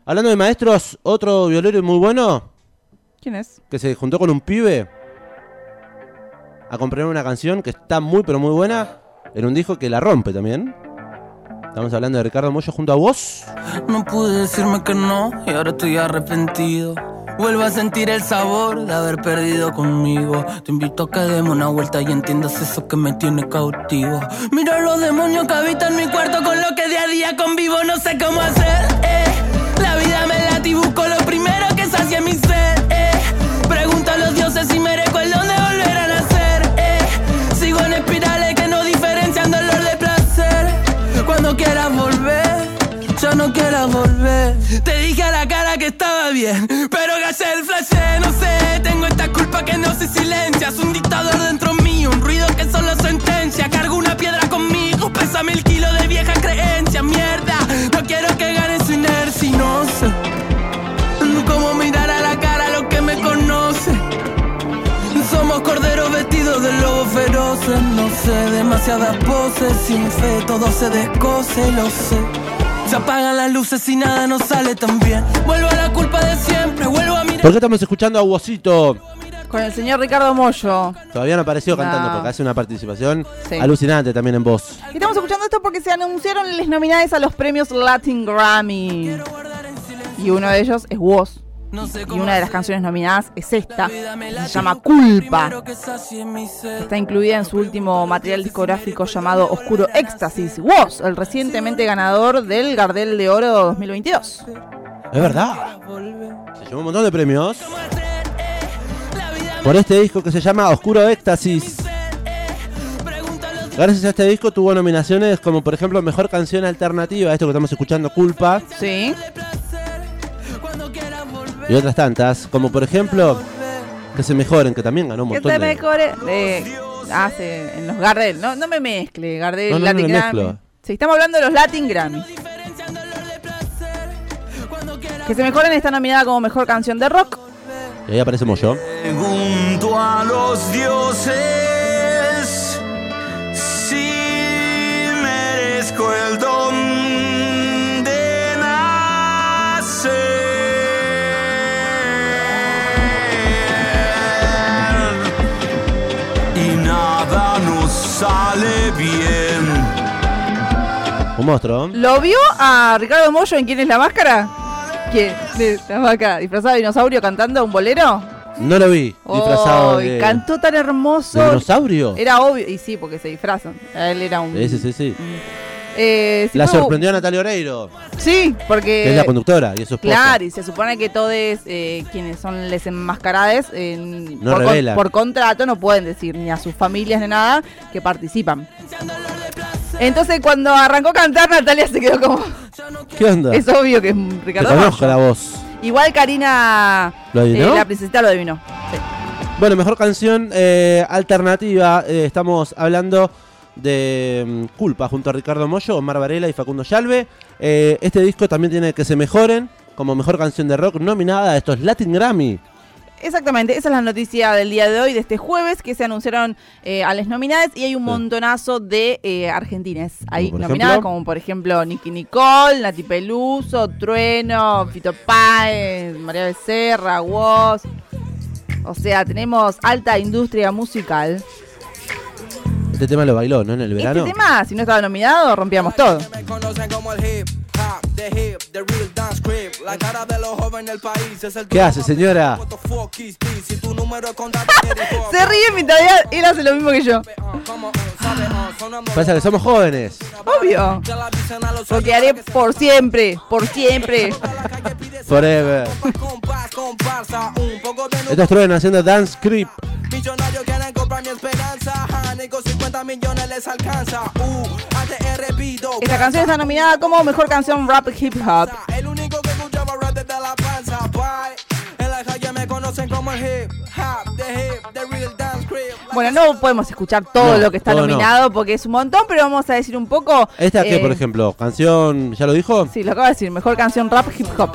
Hablando de maestros, otro violero muy bueno. ¿Quién es? Que se juntó con un pibe a componer una canción que está muy pero muy buena. En un disco que la rompe también. Estamos hablando de Ricardo Mollo junto a vos. No pude decirme que no y ahora estoy arrepentido. Vuelvo a sentir el sabor de haber perdido conmigo. Te invito a que demos una vuelta y entiendas eso que me tiene cautivo. Mira los demonios que habitan mi cuarto con lo que día a día convivo. No sé cómo hacer, La vida me late y busco lo primero que sacie mi sed, Pregunto a los dioses si merezco el don de volver a nacer, Sigo en espirales que no diferencian dolor de placer. Cuando quieras volver, ya no quieras volver. Te dije a la cara que estaba bien, pero gasté el flash, no sé. Tengo esta culpa que no se silencia. Es un dictador dentro mío, un ruido que solo sentencia. Cargo una piedra conmigo, pesa 1000 kilos de vieja creencia. Mierda, no quiero que gane su inercia. Y no sé cómo mirar a la cara a lo que me conoce. Somos corderos vestidos de lobos feroces. No sé, demasiadas poses, sin fe todo se descoce, lo sé. Se apagan las luces y nada nos sale tan bien. Vuelvo a la culpa de siempre, vuelvo a mirar. ¿Por qué estamos escuchando a Wosito? Con el señor Ricardo Mollo. Todavía no apareció cantando porque hace una participación Sí. alucinante también en voz. Y estamos escuchando esto porque se anunciaron las nominadas a los premios Latin Grammy. Y uno de ellos es Woz. Y una de las canciones nominadas es esta. Se llama Culpa. Está incluida en su último material discográfico llamado Oscuro Éxtasis. Woz, el recientemente ganador del Gardel de Oro 2022. Es verdad. Se llevó un montón de premios por este disco que se llama Oscuro Éxtasis. Gracias a este disco tuvo nominaciones como por ejemplo Mejor Canción Alternativa, esto que estamos escuchando, Culpa. Sí. Y otras tantas, como por ejemplo Que se mejoren, que también ganó un Que montón se de... mejore. En los Gardel. No me mezcle, Gardel, No, Latin me Grammy. mezclo. Sí, estamos hablando de los Latin Grammy. Que se mejoren está nominada como Mejor Canción de Rock. Y ahí aparecemos yo. Pregunto a los dioses si merezco el don de nacer. Y nada nos sale bien. Un monstruo. ¿Lo vio a Ricardo Mollo en ¿Quién es la máscara? ¿Quién es la máscara? ¿Disfrazado de dinosaurio cantando un bolero? No lo vi disfrazado de... Cantó tan hermoso. ¿De dinosaurio? Era obvio, y sí, porque se disfrazan. Él era un... Sí. Sí, La fue- sorprendió a Natalia Oreiro, Sí, porque... que es la conductora y es su esposa. Claro, y se supone que todos quienes son les enmascarades No revelan. por contrato no pueden decir ni a sus familias ni nada que participan. Entonces cuando arrancó a cantar Natalia se quedó como... ¿Qué onda? Es obvio que es Te Ricardo conozco Mollo. la voz. Igual Karina, ¿Lo adivinó? la princesita lo adivinó. Sí. Bueno, mejor canción alternativa. Estamos hablando de Culpa junto a Ricardo Mollo, Omar Varela y Facundo Yalve. Este disco también tiene Que se mejoren como mejor canción de rock nominada a estos Latin Grammy. Exactamente, esa es la noticia del día de hoy, de este jueves, que se anunciaron a las nominadas y hay un montonazo de argentines ahí ¿Como por nominadas, ejemplo? como por ejemplo Nicky Nicole, Nati Peluso, Trueno, Fito Páez, María Becerra, Woz. O sea, tenemos alta industria musical. Este tema lo bailó, ¿no? En el verano. Este tema, si no estaba nominado, rompíamos todo. Me conocen como el hip hop, the hip, the real dance crib. La cara de los jóvenes del país es el ¿Qué hace, señora? Si tu número con datos Se ríe mientras él hace lo mismo que yo. Pasa que somos jóvenes. Obvio. Lo que haré por siempre, por siempre. Forever. Estos truenan haciendo Dance Creep. Millonarios quieren comprar mi esperanza. Ni con 50 millones les alcanza. ATR pido. Esta canción está nominada como mejor canción rap hip hop. El único que escuchaba rap desde la panza. Bye. En la calle me conocen como el hip hop, the hip, the real dance crib. Bueno, no podemos escuchar todo No, lo que está todo nominado porque es un montón, pero vamos a decir un poco. ¿Esta qué, por ejemplo? ¿Canción? ¿Ya lo dijo? Sí, lo acabo de decir, mejor canción rap hip hop.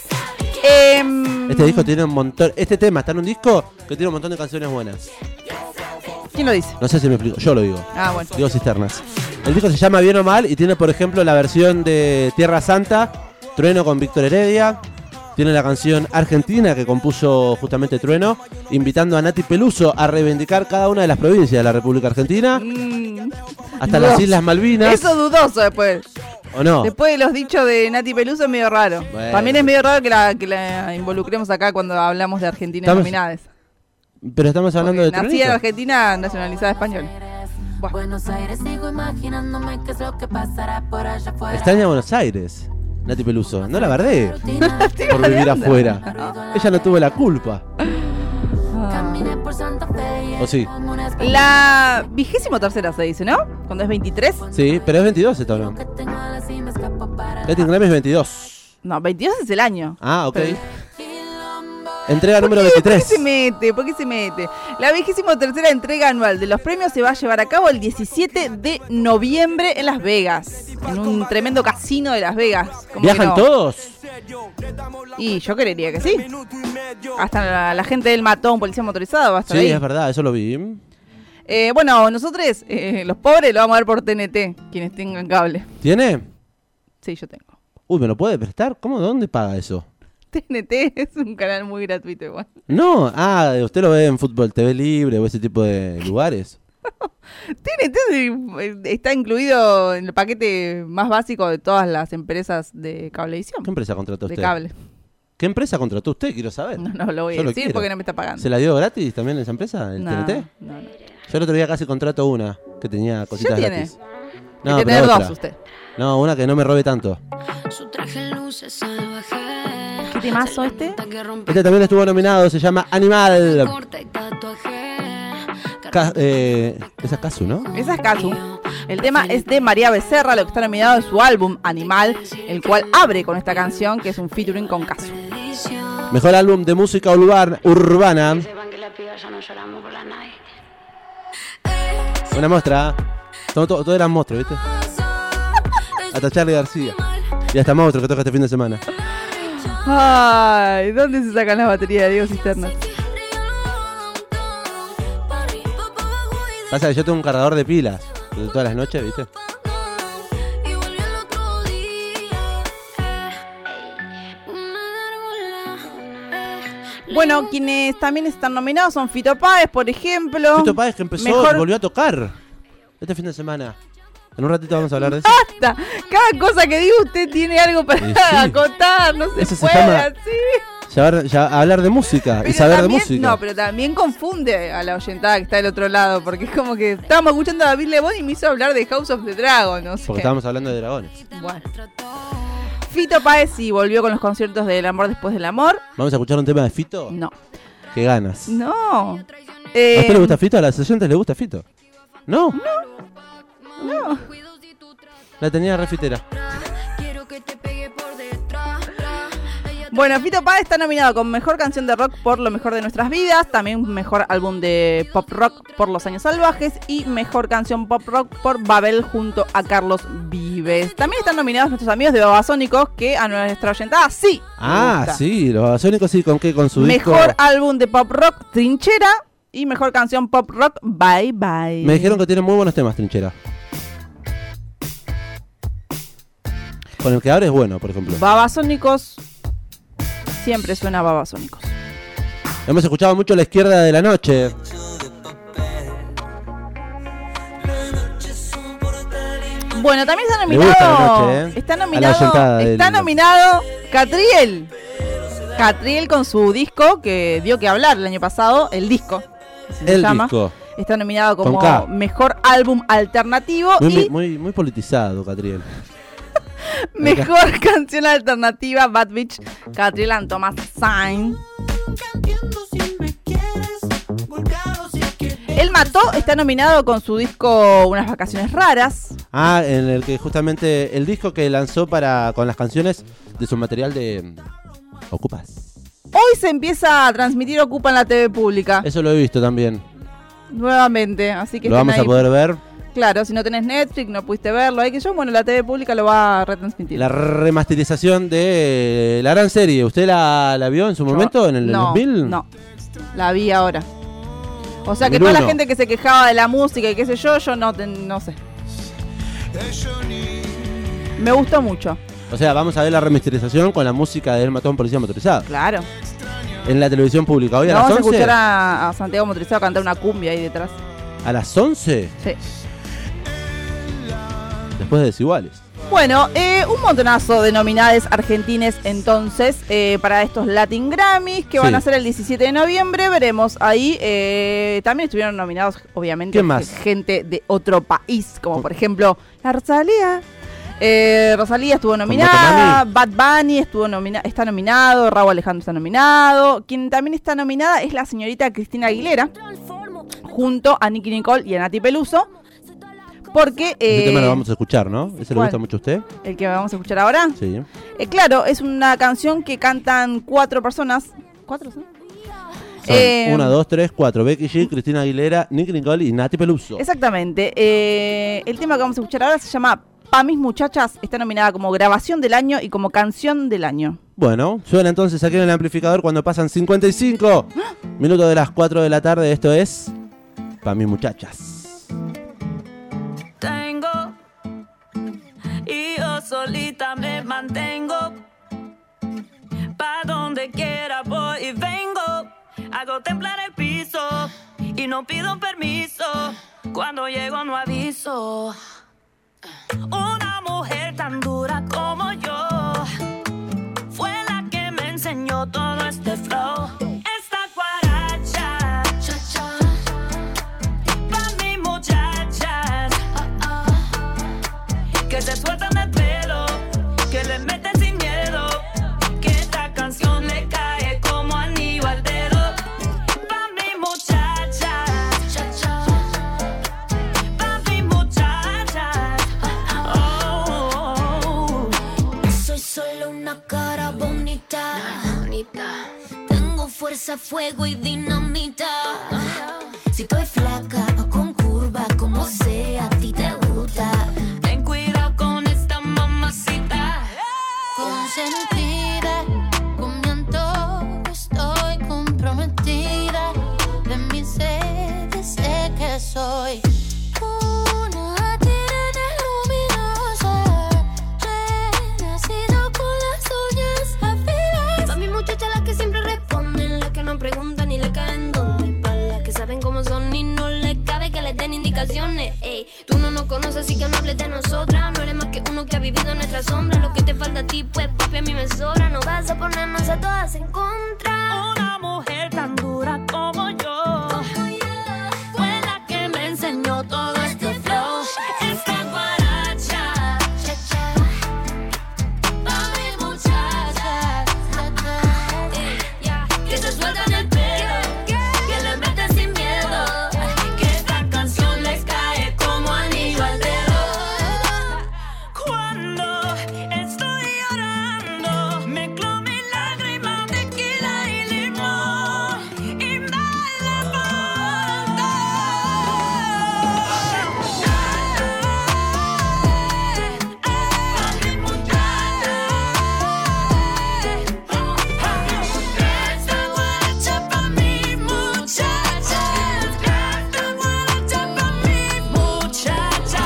Este disco tiene un montón. Este tema está en un disco que tiene un montón de canciones buenas. ¿Quién lo dice? No sé si me explico, yo lo digo. Ah, bueno. Digo cisternas. El disco se llama Bien o Mal y tiene, por ejemplo, la versión de Tierra Santa, Trueno con Víctor Heredia. Tiene la canción Argentina que compuso justamente Trueno, invitando a Nati Peluso a reivindicar cada una de las provincias de la República Argentina, hasta dudoso. las Islas Malvinas. Eso dudoso después. ¿O no? Después de los dichos de Nati Peluso es medio raro. Bueno. También es medio raro que la involucremos acá cuando hablamos de Argentina Estamos- nominadas. Pero estamos hablando de Nacida en Truenito. Argentina, nacionalizada española. Buah. Buenos Aires, sigo imaginándome qué es lo que pasará por allá afuera. Extraña Buenos Aires, Nati Peluso. No la bardé Rutina, por vivir afuera. Ella no tuvo la culpa. caminé por Santa Fe y ¿O sí? como una La 23ª se dice, ¿no? Cuando es 23. Sí, pero es 22 esta hora. que tengo a la cima, escapo para Latin Grammy es 22. No, 22 es el año. Ah, ok. Pero- Entrega número ¿Por qué 23. se mete? ¿Por qué se mete? La 23ª entrega anual de los premios se va a llevar a cabo el 17 de noviembre en Las Vegas. En un tremendo casino de Las Vegas. ¿Cómo que ¿Viajan no? todos? Y yo creería que sí. Hasta la gente del matón, policía motorizada, va a estar Sí, ahí. es verdad, eso lo vi. Bueno, nosotros, los pobres, lo vamos a ver por TNT, quienes tengan cable. ¿Tiene? Sí, yo tengo. Uy, ¿me lo puede prestar? ¿Cómo? ¿Dónde paga eso? TNT es un canal muy gratuito igual. No, usted lo ve en Fútbol TV Libre o ese tipo de lugares. TNT está incluido en el paquete más básico de todas las empresas de cablevisión. ¿Qué empresa contrató De usted? cable. ¿Qué empresa contrató usted? Quiero saber. No lo voy Yo a lo decir quiero. porque no me está pagando. ¿Se la dio gratis también esa empresa, el No, TNT? no. Yo el otro día casi contrato una que tenía cositas tiene. gratis. Hay que tener pero dos otra. usted. No, una que no me robe tanto. su traje luce salvaje. ¿Qué temazo este? Este también estuvo nominado, se llama Animal. Corta y tatuaje. Esa es Kazu, ¿no? Esa es Kazu. El tema es de María Becerra, lo que está nominado en su álbum Animal, el cual abre con esta canción que es un featuring con Kazu. Mejor álbum de música urbana. Una muestra. Todos eran monstruos, ¿viste? Hasta Charlie García. Y hasta Monstruo que toca este fin de semana. Ay, ¿dónde se sacan las baterías de Diego Cisterna? Pasa que yo tengo un cargador de pilas de todas las noches, ¿viste? Bueno, quienes también están nominados son Fito Páez, por ejemplo. Fito Páez que empezó Mejor- y volvió a tocar este fin de semana. En un ratito vamos a hablar de eso. ¡Basta! Cada cosa que diga usted tiene algo para Y sí. acotar, no se Eso se puede llama así. Hablar de música y Pero saber de también- música. No, pero también confunde a la oyentada que está del otro lado, porque es como que estábamos escuchando a David Lebón y me hizo hablar de House of the Dragon, no sé. Porque estábamos hablando de dragones. Bueno. Fito Páez sí volvió con los conciertos del amor después del amor. Vamos a escuchar un tema de Fito. No. Qué ganas. No. ¿A usted le gusta Fito? ¿A las oyentes le gusta Fito? ¿No? No. La tenía refitera. Bueno, Fito Páez está nominado con Mejor Canción de Rock por Lo Mejor de Nuestras Vidas, también Mejor Álbum de Pop Rock por Los Años Salvajes y Mejor Canción Pop Rock por Babel junto a Carlos Vives. También están nominados nuestros amigos de Babasónicos, que a nuestra oyentada sí le Ah, gusta. sí, los Babasónicos sí, ¿con qué? Con su Mejor disco. Álbum de Pop Rock, Trinchera, y Mejor Canción Pop Rock, Bye Bye. Me dijeron que tiene muy buenos temas, Trinchera. Con el que abre es bueno, por ejemplo. Babasónicos, siempre suena Babasónicos. Hemos escuchado mucho La Izquierda de la Noche. Bueno, también está Me gusta la nominado. noche, ¿eh? Está A la nominado. oyentada Está del- nominado Catriel. Catriel con su disco que dio que hablar el año pasado, el disco. así se El llama. disco. Está nominado Con como K. Mejor Álbum Alternativo Muy, y muy politizado, Catriel. Mejor Canción Alternativa Bad Bitch, Catriel and Thomas Sain. El Mató está nominado con su disco Unas Vacaciones Raras. Ah, en el que justamente el disco que lanzó con las canciones de su material de Ocupas. Hoy se empieza a transmitir Ocupa en la TV pública. Eso lo he visto también. Nuevamente, así que Lo estén vamos a ahí. poder ver. Claro, si no tenés Netflix, no pudiste verlo, hay que yo, bueno, la TV pública lo va a retransmitir. La remasterización de la gran serie. ¿Usted la vio en su momento, en el no, 2000? No, la vi ahora. O sea que toda 2001. la gente que se quejaba de la música y qué sé yo no sé. Me gustó mucho. O sea, vamos a ver la remasterización con la música de El Matón Policía Motorizado. Claro. En la televisión pública. Hoy a las Vamos 11. a escuchar a Santiago Motorizado cantar una cumbia ahí detrás. ¿A las 11? Sí. Después de Desiguales. Bueno, un montonazo de nominades argentines entonces para estos Latin Grammys que van a ser el 17 de noviembre. Veremos ahí. También estuvieron nominados, obviamente, ¿Quién más? gente de otro país, como por ejemplo la Rosalía. Rosalía estuvo nominada, Bad Bunny está nominado, Rauw Alejandro está nominado. Quien también está nominada es la señorita Cristina Aguilera, junto a Nicki Nicole y a Nati Peluso. Porque Ese tema lo vamos a escuchar, ¿no? ¿Ese le gusta mucho a usted? ¿El que vamos a escuchar ahora? Sí. Claro, es una canción que cantan 4 personas. ¿4 son? Son 1, 2, 3, 4. Becky G, Cristina Aguilera, Nicki Nicole y Nati Peluso. Exactamente. El tema que vamos a escuchar ahora se llama Pa' mis muchachas. Está nominada como grabación del año y como canción del año. Bueno, suena entonces aquí en el amplificador cuando pasan 55 minutos de las 4 de la tarde. Esto es Pa' mis muchachas. Tengo y yo solita me mantengo. Pa' donde quiera voy y vengo. Hago temblar el piso y no pido permiso. Cuando llego no aviso. Una mujer tan dura como yo fue la que me enseñó todo este flow. Esta guaracha, cha-cha, pa' mis muchachas, que se sueltan del pelo, que le meten sin miedo, que esta canción le cae como anillo al dedo. Pa' mis muchachas, cha-cha, pa' mis muchachas. Soy solo una cara bonita. Tengo fuerza, fuego y dinamita. Si estoy flaca o con curva, como sea, a ti te gusta. Ten cuidado con esta mamacita. Consentida, con mi antojo estoy comprometida. De mi sed sé que soy una tirana luminosa, renacida con las uñas afiladas. Pa' mis muchachas las que siempre responden, las que no preguntan y le caen donde. Pa' las que saben cómo son y no les cabe que les den indicaciones. Ey, tú no nos conoces así que no hables de nosotras. No eres más que uno que ha vivido en nuestra sombra. Lo que te falta a ti pues papi a mí me sobra. No vas a ponernos a todas en contra. Una mujer tan dura como yo fue la que me enseñó todo este flow. Esta guaracha, Cha-cha, pa' mis muchachas, que se sueltan el pelo, que le meten sin miedo, que esta canción les cae como anillo al dedo. Cuando estoy llorando, mezclo mis lágrimas, tequila y limón y me levanto. Pa' mis muchachas, esta guaracha pa' mis muchachas, esta guaracha pa' mis muchachas.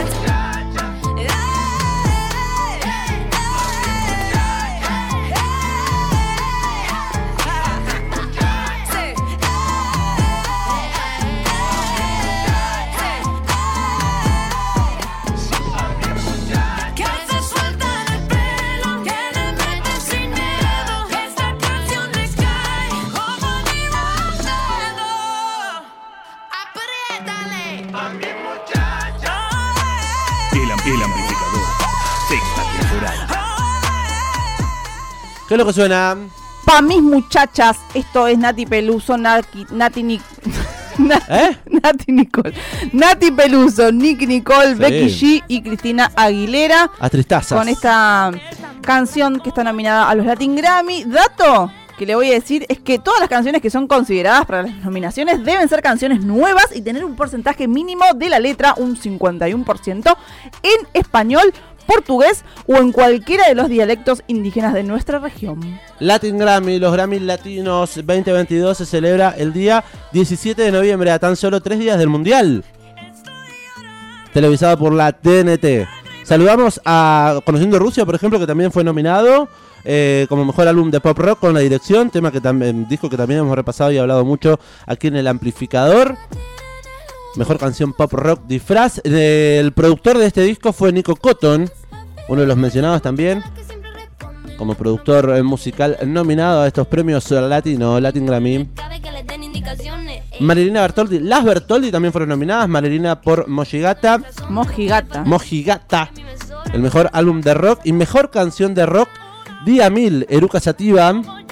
Que se sueltan el pelo, que le meten sin miedo, que esta canción les cae como anillo al dedo. Apriétale. Pa' mi muchacha. El amplificador. Sexta temporada. ¿Qué es lo que suena? Pa' mis muchachas, esto es Nati Peluso, Nati Nicole, Nati Peluso, Nicki Nicole, Sí. Becky G y Cristina Aguilera. A tristazas. Con esta canción que está nominada a los Latin Grammy. Dato que le voy a decir es que todas las canciones que son consideradas para las nominaciones deben ser canciones nuevas y tener un porcentaje mínimo de la letra, un 51%, en español, portugués o en cualquiera de los dialectos indígenas de nuestra región. Latin Grammy, los Grammys Latinos 2022 se celebra el día 17 de noviembre, a tan solo 3 días del Mundial. Televisado por la TNT. Saludamos a Conociendo Rusia, por ejemplo, que también fue nominado como mejor álbum de pop rock con La Dirección, tema que disco que también hemos repasado y hablado mucho aquí en El Amplificador. Mejor canción pop rock Disfraz. El productor de este disco fue Nico Cotton, uno de los mencionados también como productor musical nominado a estos premios Latin Grammy. Marilina Bertoldi, las Bertoldi también fueron nominadas. Marilina por Mojigata, el mejor álbum de rock y mejor canción de rock. Día 1000, Eruca Sativa.